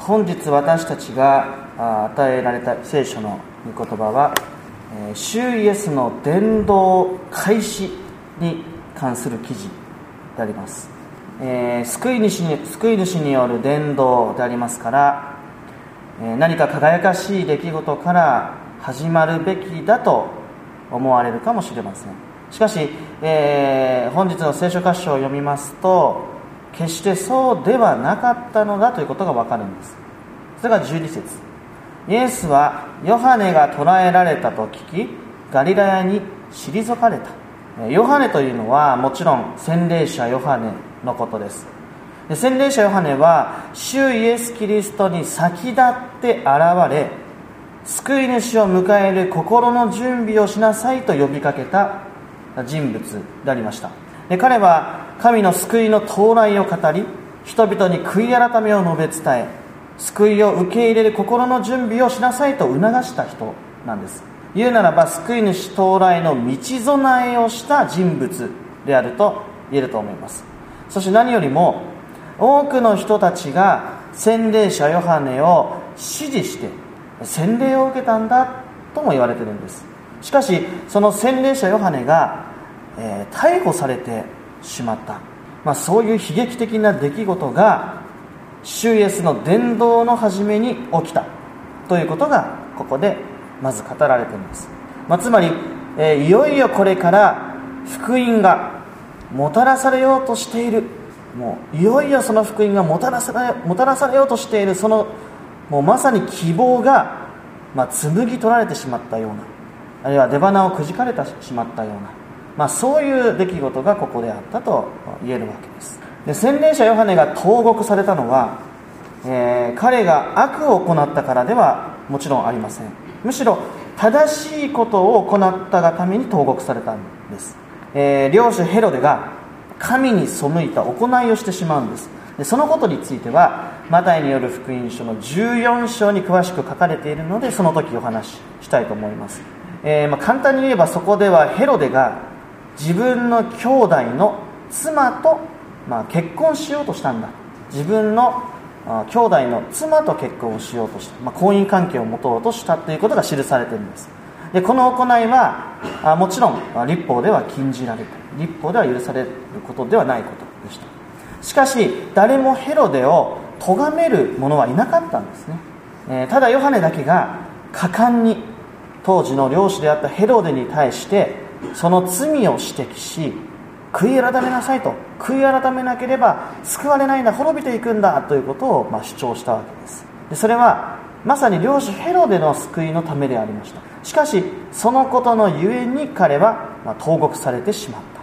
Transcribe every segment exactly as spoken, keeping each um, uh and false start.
本日私たちが与えられた聖書の御言葉は、主イエスの伝道開始に関する記事であります。えー、救い主に、救い主による伝道でありますから、えー、何か輝かしい出来事から始まるべきだと思われるかもしれません。しかし、えー、本日の聖書箇所を読みますと、決してそうではなかったのだということがわかるんです。それがじゅうに節。イエスはヨハネが捕らえられたと聞き、ガリラヤに退かれた。ヨハネというのはもちろん洗礼者ヨハネのことです。で、洗礼者ヨハネは主イエスキリストに先立って現れ、救い主を迎える心の準備をしなさいと呼びかけた人物でありました。で、彼は神の救いの到来を語り、人々に悔い改めを述べ伝え、救いを受け入れる心の準備をしなさいと促した人なんです。言うならば、救い主到来の道備えをした人物であると言えると思います。そして何よりも、多くの人たちが洗礼者ヨハネを支持して洗礼を受けたんだとも言われているんです。しかし、その洗礼者ヨハネが、えー、逮捕されてしまった、まあ、そういう悲劇的な出来事が主イエスの伝道の初めに起きたということがここでまず語られています。まあ、つまり、えー、いよいよこれから福音がもたらされようとしている、もういよいよその福音がもたらされ、もたらされようとしている、そのもうまさに希望が、まあ、紡ぎ取られてしまったような、あるいは出花をくじかれてしまったような、まあ、そういう出来事がここであったと言えるわけです。で、洗礼者ヨハネが投獄されたのは、えー、彼が悪を行ったからではもちろんありません。むしろ正しいことを行ったがために投獄されたんです。えー、領主ヘロデが神に背いた行いをしてしまうんです。で、そのことについてはマタイによる福音書のじゅうよん章に詳しく書かれているので、その時お話ししたいと思います。えーまあ、簡単に言えば、そこではヘロデが自分の兄弟の妻と、まあ、結婚しようとしたんだ。自分のあ兄弟の妻と結婚をしようとした、まあ、婚姻関係を持とうとしたということが記されているんです。で、この行いはあもちろん律法では禁じられた、律法では許されることではないことでした。しかし誰もヘロデを咎める者はいなかったんですね。えー、ただヨハネだけが果敢に当時の領主であったヘロデに対してその罪を指摘し、悔い改めなさいと、悔い改めなければ救われないんだ、滅びていくんだということをまあ主張したわけです。で、それはまさに領主ヘロデの救いのためでありました。しかしそのことのゆえに彼はまあ投獄されてしまった。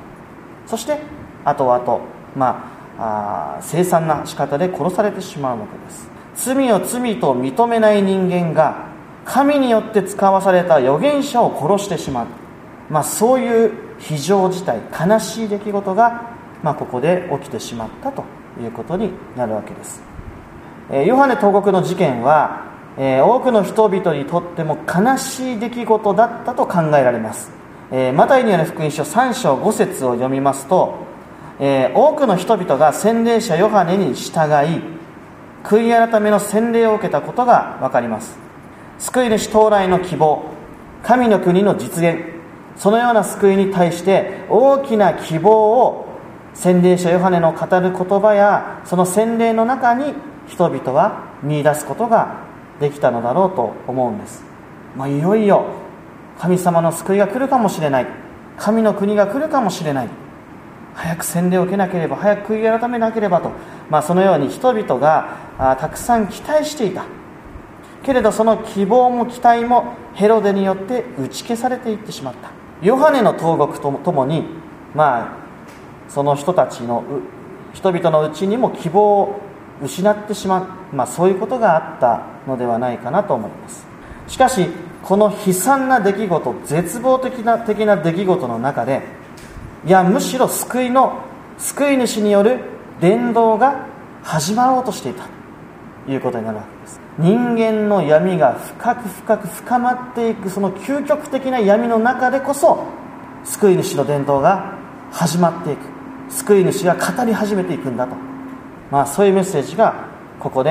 そして後々、まあ、あ凄惨な仕方で殺されてしまうわけです。罪を罪と認めない人間が神によって使わされた預言者を殺してしまう、まあ、そういう非常事態、悲しい出来事が、まあ、ここで起きてしまったということになるわけです。えー、ヨハネ投獄の事件は、えー、多くの人々にとっても悲しい出来事だったと考えられます。えー、マタイによる福音書さん章ご節を読みますと、えー、多くの人々が洗礼者ヨハネに従い、悔い改めの洗礼を受けたことが分かります。救い主到来の希望、神の国の実現、そのような救いに対して大きな希望を洗礼者ヨハネの語る言葉やその洗礼の中に人々は見出すことができたのだろうと思うんです。まあ、いよいよ神様の救いが来るかもしれない、神の国が来るかもしれない、早く洗礼を受けなければ、早く悔い改めなければと、まあ、そのように人々があたくさん期待していたけれど、その希望も期待もヘロデによって打ち消されていってしまった。ヨハネの投獄とともに、まあ、その人たちの人々のうちにも希望を失ってしまう、まあ、そういうことがあったのではないかなと思います。しかしこの悲惨な出来事、絶望的な的な出来事の中で、いやむしろ救いの救い主による伝道が始まろうとしていたということになるわけです。人間の闇が深く深く深まっていく、その究極的な闇の中でこそ救い主の伝道が始まっていく、救い主が語り始めていくんだと、まあ、そういうメッセージがここで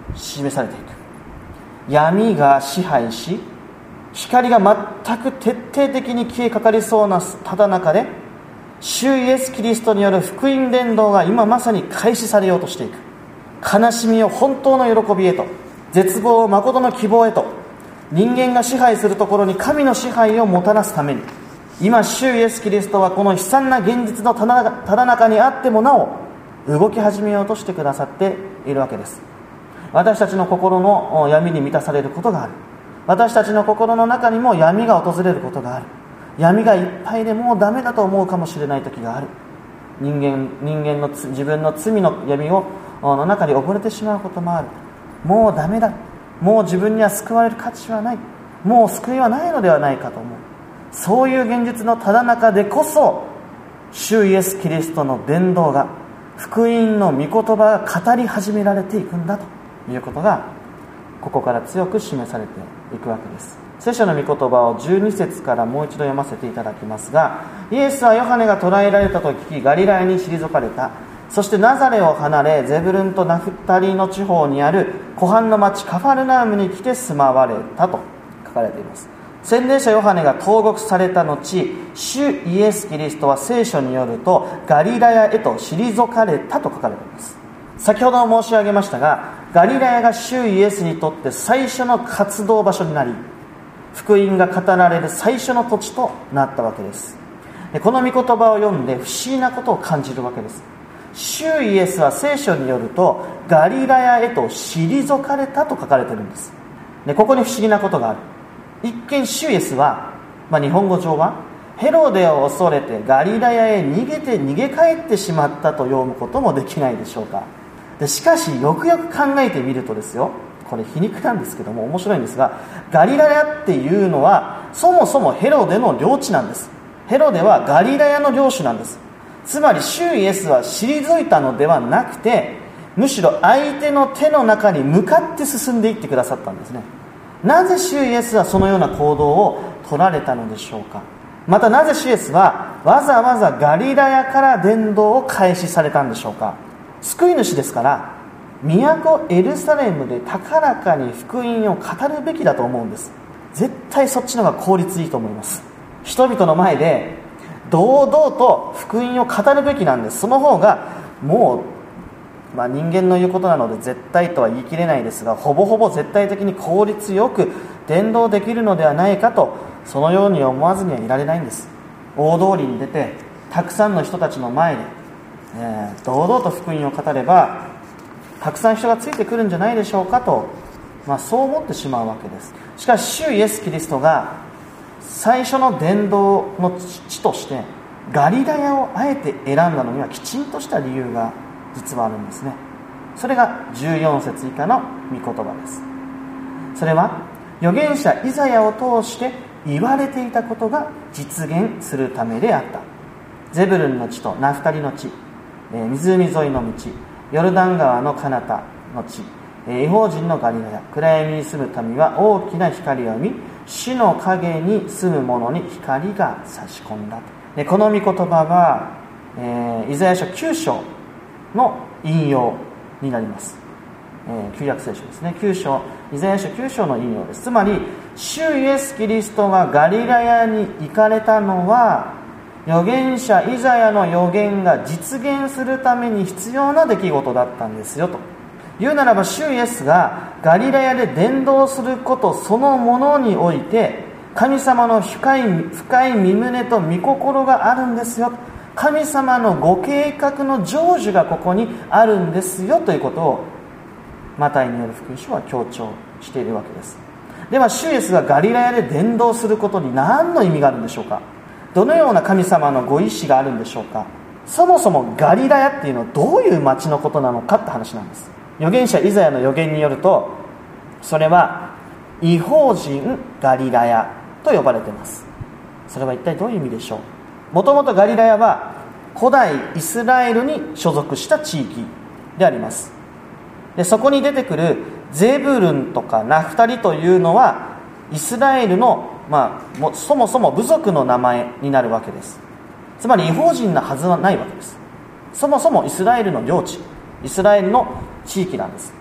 示されていく。闇が支配し、光が全く徹底的に消えかかりそうなただ中で、主イエス・キリストによる福音伝道が今まさに開始されようとしていく。悲しみを本当の喜びへと、絶望を誠の希望へと、人間が支配するところに神の支配をもたらすために、今主イエス・キリストはこの悲惨な現実のただ中にあってもなお動き始めようとしてくださっているわけです。私たちの心の闇に満たされることがある。私たちの心の中にも闇が訪れることがある。闇がいっぱいでもうダメだと思うかもしれない時がある。人間人間の自分の罪の闇をの中に溺れてしまうこともある。もうダメだ、もう自分には救われる価値はない、もう救いはないのではないかと思う。そういう現実のただ中でこそ、主イエス・キリストの伝道が、福音の御言葉が語り始められていくんだということが、ここから強く示されていくわけです。聖書の御言葉をじゅうに節からもう一度読ませていただきますが、イエスはヨハネが捕らえられたと聞き、ガリラヤに退かれた。そしてナザレを離れ、ゼブルンとナフタリの地方にある湖畔の町カファルナームに来て住まわれたと書かれています。洗礼者ヨハネが投獄された後、主イエス・キリストは聖書によるとガリラヤへと退かれたと書かれています。先ほど申し上げましたが、ガリラヤが主イエスにとって最初の活動場所になり、福音が語られる最初の土地となったわけです。でこの御言葉を読んで不思議なことを感じるわけです。主イエスは聖書によるとガリラヤへと退かれたと書かれているんです。でここに不思議なことがある。一見主イエスは、まあ、日本語上はヘロデを恐れてガリラヤへ逃げて逃げ帰ってしまったと読むこともできないでしょうか。でしかしよくよく考えてみるとですよ、これ皮肉なんですけども面白いんですが、ガリラヤっていうのはそもそもヘロデの領地なんです。ヘロデはガリラヤの領主なんです。つまり主イエスは退いたのではなくて、むしろ相手の手の中に向かって進んでいってくださったんですね。なぜ主イエスはそのような行動を取られたのでしょうか。またなぜ主イエスはわざわざガリラヤから伝道を開始されたんでしょうか。救い主ですから、都エルサレムで高らかに福音を語るべきだと思うんです。絶対そっちの方が効率いいと思います。人々の前で堂々と福音を語るべきなんです。その方がもう、まあ、人間の言うことなので絶対とは言い切れないですが、ほぼほぼ絶対的に効率よく伝道できるのではないかと、そのように思わずにはいられないんです。大通りに出てたくさんの人たちの前で、えー、堂々と福音を語ればたくさん人がついてくるんじゃないでしょうかと、まあ、そう思ってしまうわけです。しかし主イエス・キリストが最初の伝道の地としてガリラヤをあえて選んだのにはきちんとした理由が実はあるんですね。それがじゅうよん節以下の御言葉です。それは預言者イザヤを通して言われていたことが実現するためであった。ゼブルンの地とナフタリの地、湖沿いの道、ヨルダン川の彼方の地、異邦人のガリラヤ、暗闇に住む民は大きな光を見、死の影に住む者に光が差し込んだ。でこの御言葉は、えー、イザヤ書きゅう章の引用になります。えー、旧約聖書ですね。きゅう章、イザヤ書きゅう章の引用です。つまり主イエス・キリストがガリラヤに行かれたのは、預言者イザヤの預言が実現するために必要な出来事だったんですよと言うならば、主イエスがガリラヤで伝道することそのものにおいて神様の深い深い御胸と御心があるんですよ。神様のご計画の成就がここにあるんですよということをマタイによる福音書は強調しているわけです。では主イエスがガリラヤで伝道することに何の意味があるんでしょうか。どのような神様のご意志があるんでしょうか。そもそもガリラヤっていうのはどういう町のことなのかって話なんです。預言者イザヤの預言によると、それは異邦人ガリラヤと呼ばれています。それは一体どういう意味でしょう。もともとガリラヤは古代イスラエルに所属した地域であります。でそこに出てくるゼブルンとかナフタリというのはイスラエルの、まあ、もそもそも部族の名前になるわけです。つまり異邦人なはずはないわけです。そもそもイスラエルの領地、イスラエルの地域なんです。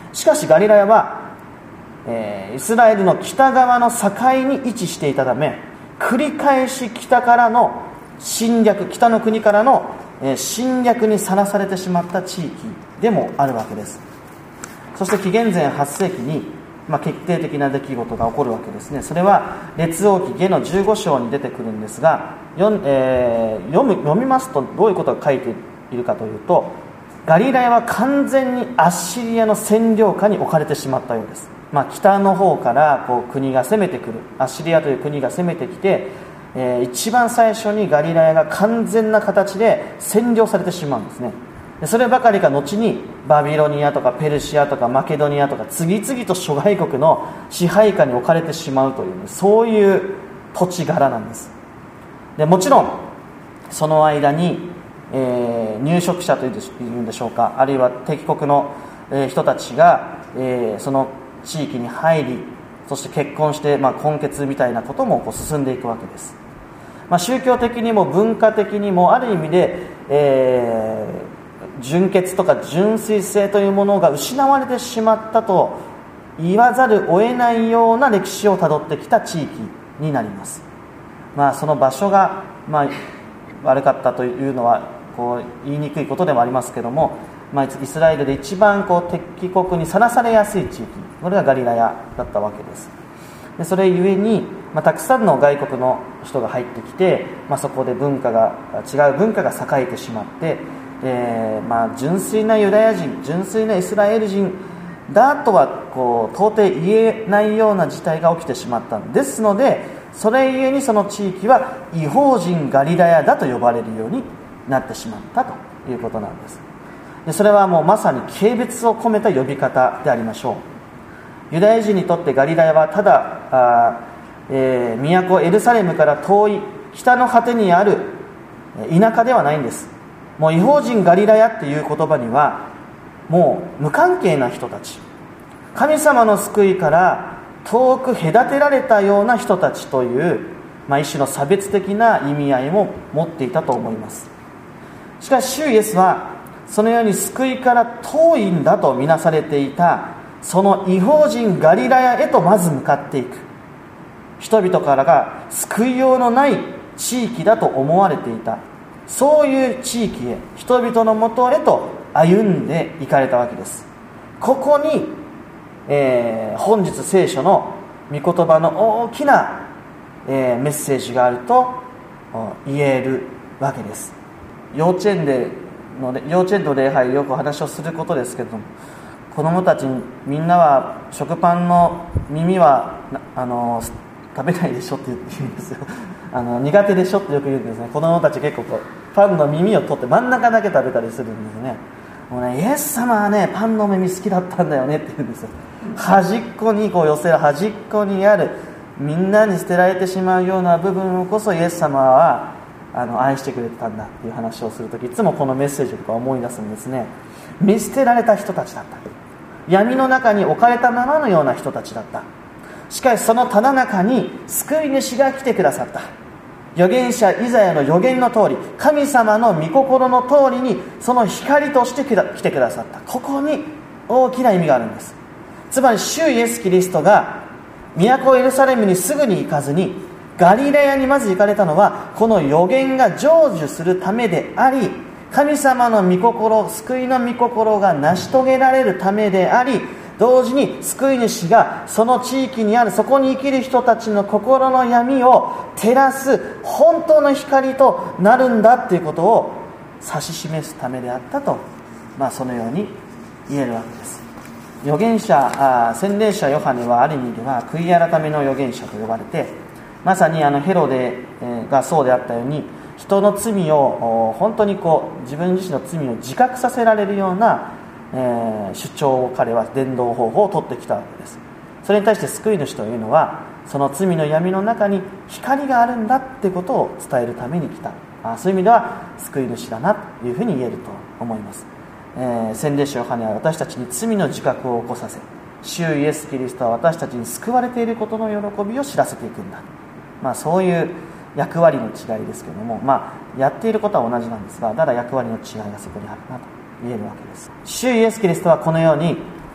しかしガリラヤは、えー、イスラエルの北側の境に位置していたため、繰り返し北からの侵略、北の国からの、えー、侵略にさらされてしまった地域でもあるわけです。そして紀元前はっ世紀に、まあ、決定的な出来事が起こるわけですね。それは列王記下のじゅうご章に出てくるんですが、読, えー、読, む読みますとどういうことが書いているかというと、ガリラヤは完全にアッシリアの占領下に置かれてしまったようです。まあ、北の方からこう国が攻めてくる、アッシリアという国が攻めてきて、えー、一番最初にガリラヤが完全な形で占領されてしまうんですね。でそればかりか後にバビロニアとかペルシアとかマケドニアとか次々と諸外国の支配下に置かれてしまうという、そういう土地柄なんです。でもちろんその間に、えー、入植者というんでしょうか、あるいは敵国の、えー、人たちが、えー、その地域に入り、そして結婚して、まあ、婚結みたいなこともこう進んでいくわけです。まあ、宗教的にも文化的にもある意味で、えー純潔とか純粋性というものが失われてしまったと言わざるを得ないような歴史をたどってきた地域になります。まあ、その場所が、まあ、悪かったというのはこう言いにくいことでもありますけども、まあ、イスラエルで一番こう敵国にさらされやすい地域、これがガリラヤだったわけです。でそれゆえに、まあ、たくさんの外国の人が入ってきて、まあ、そこで文化が違う文化が栄えてしまって、えーまあ、純粋なユダヤ人、純粋なイスラエル人だとはこう到底言えないような事態が起きてしまったんですので、それゆえにその地域は異邦人ガリラヤだと呼ばれるようになってしまったということなんです。でそれはもうまさに軽蔑を込めた呼び方でありましょう。ユダヤ人にとってガリラヤはただあ、えー、都エルサレムから遠い北の果てにある田舎ではないんです。もう異邦人ガリラヤっていう言葉にはもう無関係な人たち、神様の救いから遠く隔てられたような人たちという、まあ、一種の差別的な意味合いも持っていたと思います。しかし主イエスはそのように救いから遠いんだとみなされていたその異邦人ガリラヤへとまず向かっていく。人々からが救いようのない地域だと思われていた、そういう地域へ、人々のもとへと歩んでいかれたわけです。ここに、えー、本日聖書の御言葉の大きな、えー、メッセージがあると言えるわけです。幼稚園での幼稚園の礼拝、よくお話をすることですけれども、子どもたちにみんなは食パンの耳はあの食べないでしょって言うんですよ。あの苦手でしょってよく言うんですね。子供たち結構こうパンの耳を取って真ん中だけ食べたりするんですね。もうね、イエス様はねパンの耳好きだったんだよねって言うんですよ。端っこにこう寄せる、端っこにあるみんなに捨てられてしまうような部分をこそイエス様はあの愛してくれてたんだっていう話をするとき、いつもこのメッセージとか思い出すんですね。見捨てられた人たちだった、闇の中に置かれたままのような人たちだった。しかしそのただ中に救い主が来てくださった。預言者イザヤの預言の通り、神様の御心の通りにその光として来てくださった。ここに大きな意味があるんです。つまり主イエスキリストが都エルサレムにすぐに行かずにガリラヤにまず行かれたのは、この預言が成就するためであり、神様の御心、救いの御心が成し遂げられるためであり、同時に救い主がその地域にある、そこに生きる人たちの心の闇を照らす本当の光となるんだということを指し示すためであったと、まあ、そのように言えるわけです。預言者、洗礼者ヨハネはある意味では悔い改めの預言者と呼ばれて、まさにあのヘロデがそうであったように、人の罪を本当にこう自分自身の罪を自覚させられるようなえー、主張を彼は伝道方法を取ってきたわけです。それに対して救い主というのは、その罪の闇の中に光があるんだってことを伝えるために来た。あそういう意味では救い主だなというふうに言えると思います。えー、洗礼者ヨハネは私たちに罪の自覚を起こさせ、主イエスキリストは私たちに救われていることの喜びを知らせていくんだ、まあ、そういう役割の違いですけれども、まあ、やっていることは同じなんですが、ただ役割の違いがそこにあるなと言えるわけです。主イエスキリストはこのように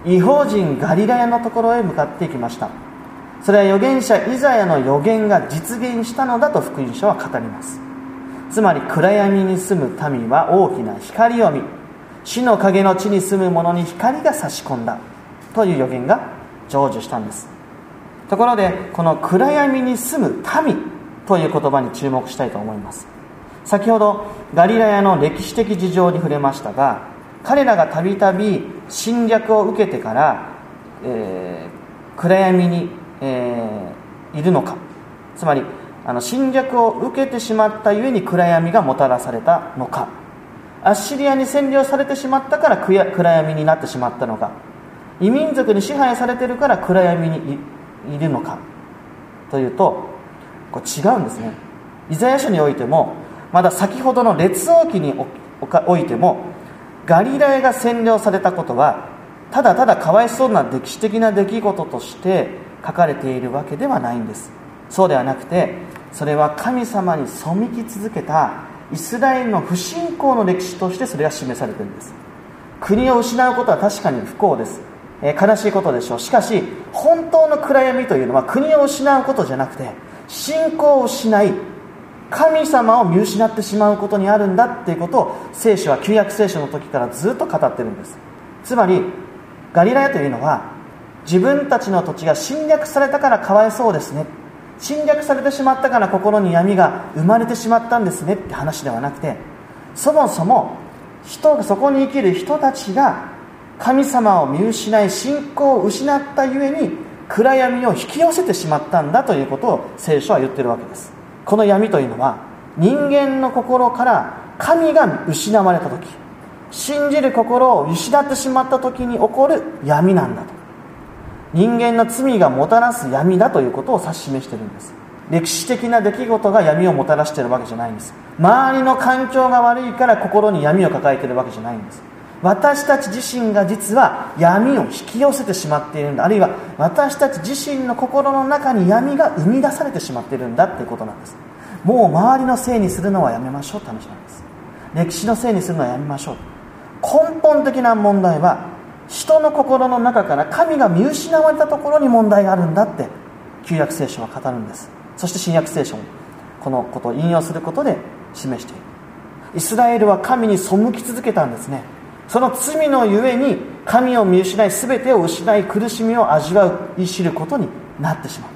異邦人ガリラヤのところへ向かっていきました。それは預言者イザヤの預言が実現したのだと福音書は語ります。つまり暗闇に住む民は大きな光を見、死の影の地に住む者に光が差し込んだという預言が成就したんです。ところでこの暗闇に住む民という言葉に注目したいと思います。先ほどガリラヤの歴史的事情に触れましたが、彼らがたびたび侵略を受けてから、えー、暗闇に、えー、いるのか、つまりあの侵略を受けてしまったゆえに暗闇がもたらされたのか、アッシリアに占領されてしまったから暗闇になってしまったのか、異民族に支配されているから暗闇に い, いるのかというと、こう違うんですね。イザヤ書においても、まだ先ほどの列王記においても、ガリラヤが占領されたことはただただかわいそうな歴史的な出来事として書かれているわけではないんです。そうではなくて、それは神様に背き続けたイスラエルの不信仰の歴史としてそれが示されているんです。国を失うことは確かに不幸です、えー、悲しいことでしょう。しかし本当の暗闇というのは国を失うことじゃなくて、信仰を失い神様を見失ってしまうことにあるんだっていうことを聖書は旧約聖書の時からずっと語ってるんです。つまりガリラヤというのは、自分たちの土地が侵略されたからかわいそうですね、侵略されてしまったから心に闇が生まれてしまったんですねって話ではなくて、そもそも人そこに生きる人たちが神様を見失い信仰を失ったゆえに暗闇を引き寄せてしまったんだということを聖書は言っているわけです。この闇というのは、人間の心から神が失われた時、信じる心を失ってしまった時に起こる闇なんだと、人間の罪がもたらす闇だということを指し示しているんです。歴史的な出来事が闇をもたらしているわけじゃないんです。周りの環境が悪いから心に闇を抱えているわけじゃないんです。私たち自身が実は闇を引き寄せてしまっているんだ、あるいは私たち自身の心の中に闇が生み出されてしまっているんだということなんです。もう周りのせいにするのはやめましょうって話なんです。歴史のせいにするのはやめましょう。根本的な問題は人の心の中から神が見失われたところに問題があるんだって旧約聖書は語るんです。そして新約聖書もこのことを引用することで示している。イスラエルは神に背き続けたんですね。その罪のゆえに神を見失い、全てを失い、苦しみを味わうい知ることになってしまった。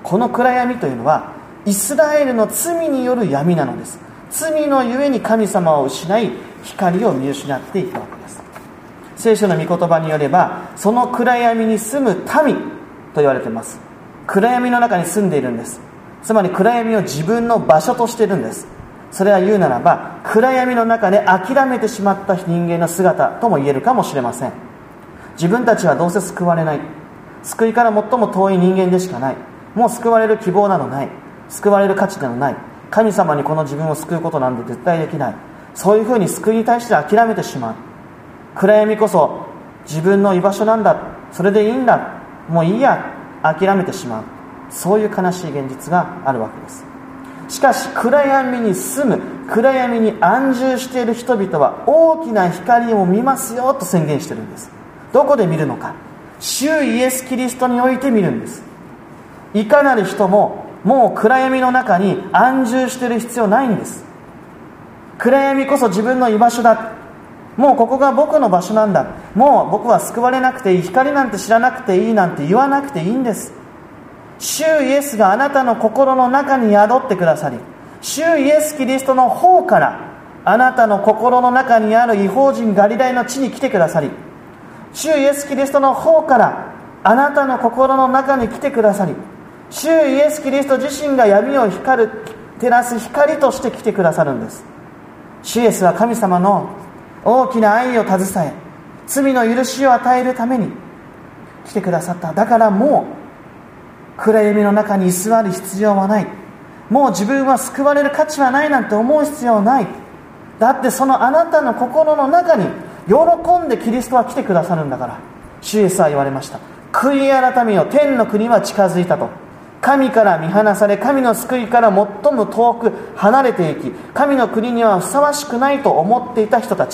この暗闇というのはイスラエルの罪による闇なのです。罪のゆえに神様を失い、光を見失っていったわけです。聖書の御言葉によれば、その暗闇に住む民と言われています。暗闇の中に住んでいるんです。つまり暗闇を自分の場所としているんです。それは言うならば、暗闇の中で諦めてしまった人間の姿とも言えるかもしれません。自分たちはどうせ救われない、救いから最も遠い人間でしかない、もう救われる希望などない、救われる価値などない、神様にこの自分を救うことなんて絶対できない、そういうふうに救いに対して諦めてしまう。暗闇こそ自分の居場所なんだ、それでいいんだ、もういいや、諦めてしまう、そういう悲しい現実があるわけです。しかし暗闇に住む、暗闇に安住している人々は大きな光を見ますよと宣言しているんです。どこで見るのか、主イエスキリストにおいて見るんです。いかなる人ももう暗闇の中に安住している必要ないんです。暗闇こそ自分の居場所だ、もうここが僕の場所なんだ、もう僕は救われなくていい、光なんて知らなくていいなんて言わなくていいんです。主イエスがあなたの心の中に宿ってくださり、主イエスキリストの方からあなたの心の中にある異邦人ガリラヤの地に来てくださり、主イエスキリストの方からあなたの心の中に来てくださり、主イエスキリスト自身が闇を光る照らす光として来てくださるんです。主イエスは神様の大きな愛を携え、罪の許しを与えるために来てくださった。だからもう暗闇の中に居座る必要はない、もう自分は救われる価値はないなんて思う必要はない。だってそのあなたの心の中に喜んでキリストは来てくださるんだから。主イエスは言われました。悔い改めよ、天の国は近づいたと。神から見放され、神の救いから最も遠く離れていき、神の国にはふさわしくないと思っていた人たち、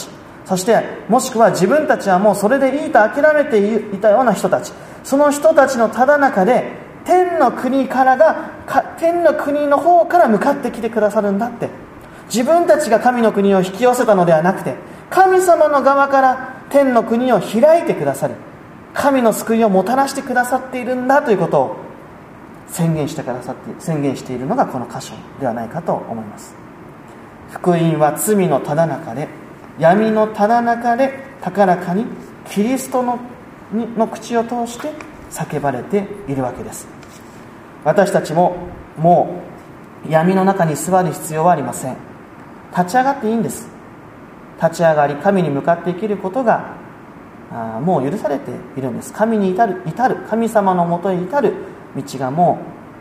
そしてもしくは自分たちはもうそれでいいと諦めていたような人たち、その人たちのただ中で天の国からが天の国の方から向かってきてくださるんだって、自分たちが神の国を引き寄せたのではなくて、神様の側から天の国を開いてくださり、神の救いをもたらしてくださっているんだということを宣言してくださって宣言しているのがこの箇所ではないかと思います。福音は罪のただ中で、闇のただ中で高らかにキリストのの口を通して叫ばれているわけです。私たちももう闇の中に座る必要はありません。立ち上がっていいんです。立ち上がり神に向かって生きることがあもう許されているんです。神に至る至る神様のもとへ至る道がも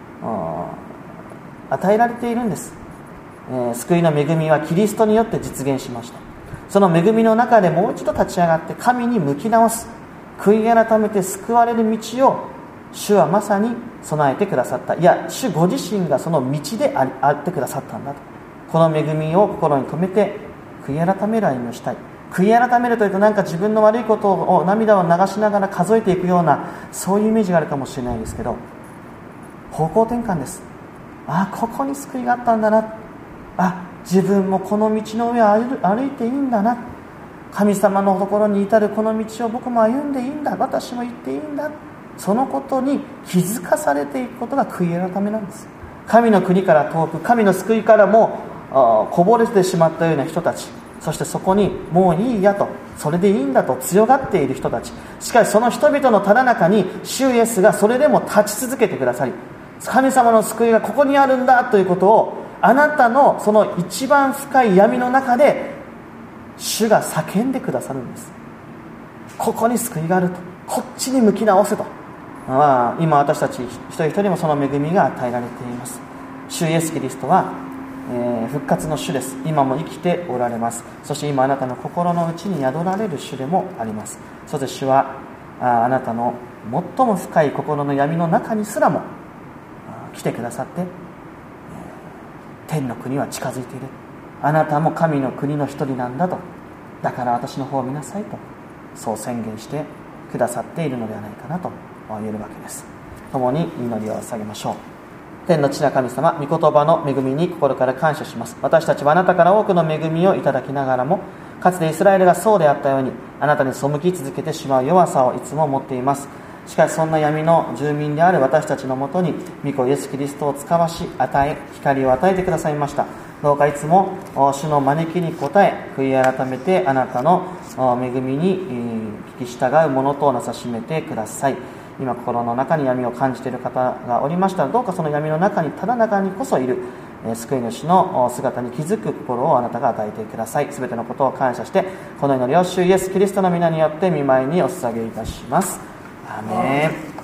う与えられているんです。えー、救いの恵みはキリストによって実現しました。その恵みの中でもう一度立ち上がって神に向き直す、悔い改めて救われる道を主はまさに備えてくださった。いや、主ご自身がその道でありあってくださったんだと。この恵みを心に留めて悔い改める歩みをしたい。悔い改めるというと、なんか自分の悪いことを涙を流しながら数えていくような、そういうイメージがあるかもしれないですけど、方向転換です。ああ、ここに救いがあったんだな、あ、自分もこの道の上を歩いていいんだな、神様のところに至るこの道を僕も歩んでいいんだ、私も行っていいんだ、そのことに気づかされていくことが悔い改めなんです。神の国から遠く、神の救いからもこぼれてしまったような人たち、そしてそこにもういいやと、それでいいんだと強がっている人たち、しかしその人々のただ中に主イエスがそれでも立ち続けてくださり、神様の救いがここにあるんだということを、あなたのその一番深い闇の中で主が叫んでくださるんです。ここに救いがあると、こっちに向き直せと。ああ、今私たち一人一人もその恵みが与えられています。主イエスキリストは、えー、復活の主です。今も生きておられます。そして今あなたの心の内に宿られる主でもあります。そして主は あ, あなたの最も深い心の闇の中にすらも来てくださって、えー、天の国は近づいている、あなたも神の国の一人なんだと、だから私の方を見なさいと、そう宣言してくださっているのではないかなと言えるわけです。共に祈りを捧げましょう。天の父な神様、御言葉の恵みに心から感謝します。私たちはあなたから多くの恵みをいただきながらも、かつてイスラエルがそうであったようにあなたに背き続けてしまう弱さをいつも持っています。しかしそんな闇の住民である私たちのもとに御子イエスキリストを使わし与え、光を与えてくださいました。どうかいつも主の招きに応え、悔い改めてあなたの恵みに聞き従うものとなさしめてください。今心の中に闇を感じている方がおりましたら、どうかその闇の中にただ中にこそいる救い主の姿に気づく心をあなたが与えてください。すべてのことを感謝して、この祈りを主イエスキリストの皆によって御前にお捧げいたします。アーメン。